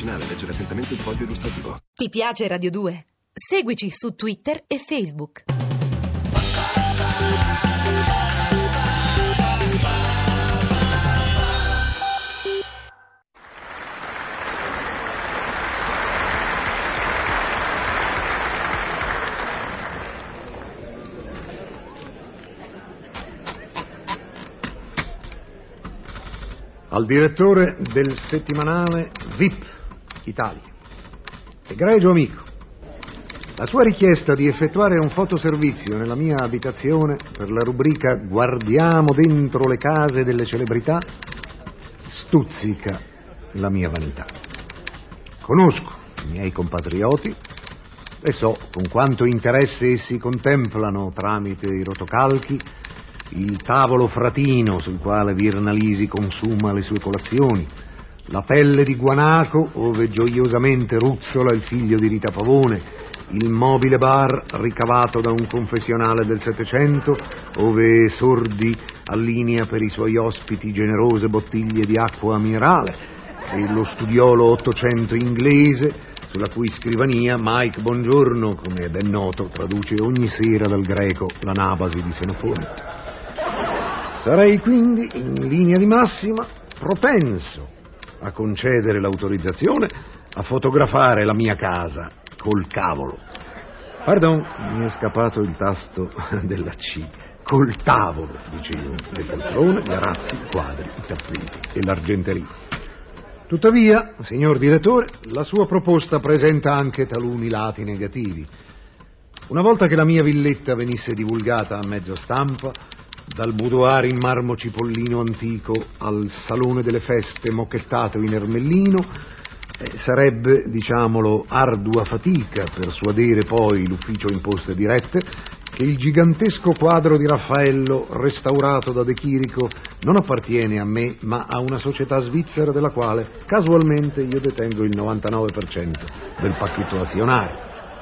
medicinale. Leggere attentamente il foglio illustrativo. Ti piace Radio 2? Seguici su Twitter e Facebook. Al direttore del settimanale VIP Italia. Egregio amico, la sua richiesta di effettuare un fotoservizio nella mia abitazione per la rubrica Guardiamo dentro le case delle celebrità stuzzica la mia vanità. Conosco i miei compatrioti e so con quanto interesse essi contemplano tramite i rotocalchi il tavolo fratino sul quale Virnalisi consuma le sue colazioni, la pelle di guanaco ove gioiosamente ruzzola il figlio di Rita Pavone, il mobile bar ricavato da un confessionale del Settecento ove Sordi allinea per i suoi ospiti generose bottiglie di acqua minerale e lo studiolo Ottocento inglese sulla cui scrivania Mike Bongiorno, come è ben noto, traduce ogni sera dal greco la Nabasi di Senofonte. Sarei quindi, in linea di massima, propenso a concedere l'autorizzazione a fotografare la mia casa col cavolo. Pardon, mi è scappato il tasto della C. Col tavolo, dicevo, le poltrone, gli arazzi, i quadri, i tappeti e l'argenteria. Tuttavia, signor direttore, la sua proposta presenta anche taluni lati negativi. Una volta che la mia villetta venisse divulgata a mezzo stampa, dal boudoir in marmo cipollino antico al salone delle feste mocchettato in ermellino, sarebbe, diciamolo, ardua fatica persuadere poi l'ufficio imposte dirette che il gigantesco quadro di Raffaello restaurato da De Chirico non appartiene a me ma a una società svizzera della quale casualmente io detengo il 99% del pacchetto azionario.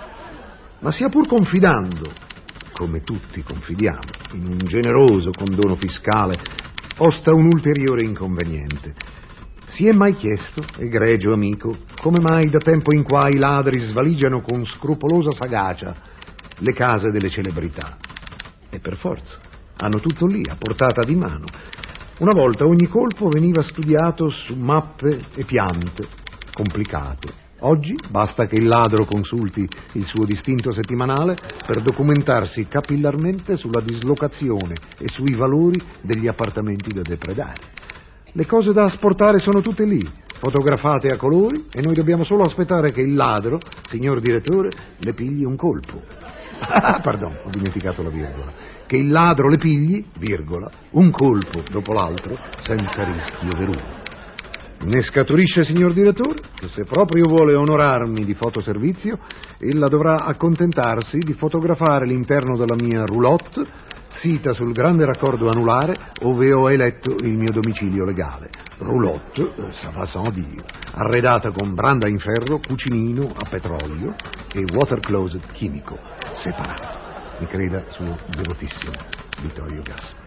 Ma sia pur confidando, come tutti confidiamo, in un generoso condono fiscale, posta un ulteriore inconveniente. Si è mai chiesto, egregio amico, come mai da tempo in qua i ladri svaligiano con scrupolosa sagacia le case delle celebrità? E per forza, hanno tutto lì, a portata di mano. Una volta ogni colpo veniva studiato su mappe e piante, complicato. Oggi basta che il ladro consulti il suo distinto settimanale per documentarsi capillarmente sulla dislocazione e sui valori degli appartamenti da depredare. Le cose da asportare sono tutte lì, fotografate a colori, e noi dobbiamo solo aspettare che il ladro, signor direttore, le pigli un colpo. Pardon, ho dimenticato la virgola. Che il ladro le pigli, virgola, un colpo dopo l'altro, senza rischio veruno. Ne scaturisce, signor direttore, che se proprio vuole onorarmi di fotoservizio, ella dovrà accontentarsi di fotografare l'interno della mia roulotte, sita sul grande raccordo anulare ove ho eletto il mio domicilio legale. Roulotte, ça va sans dire, arredata con branda in ferro, cucinino a petrolio e water closet chimico, separato. Mi creda, suo devotissimo Vittorio Gassman.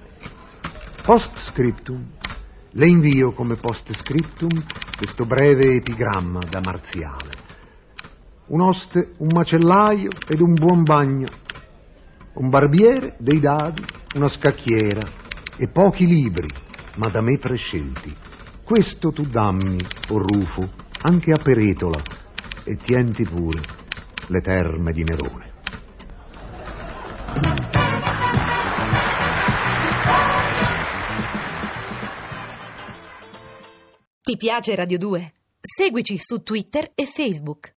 Post scriptum. Le invio come post scriptum questo breve epigramma da Marziale. Un oste, un macellaio ed un buon bagno, un barbiere, dei dadi, una scacchiera e pochi libri, ma da me prescelti. Questo tu dammi, o Rufo, anche a Peretola, e tienti pure le terme di Nerone. Ti piace Radio 2? Seguici su Twitter e Facebook.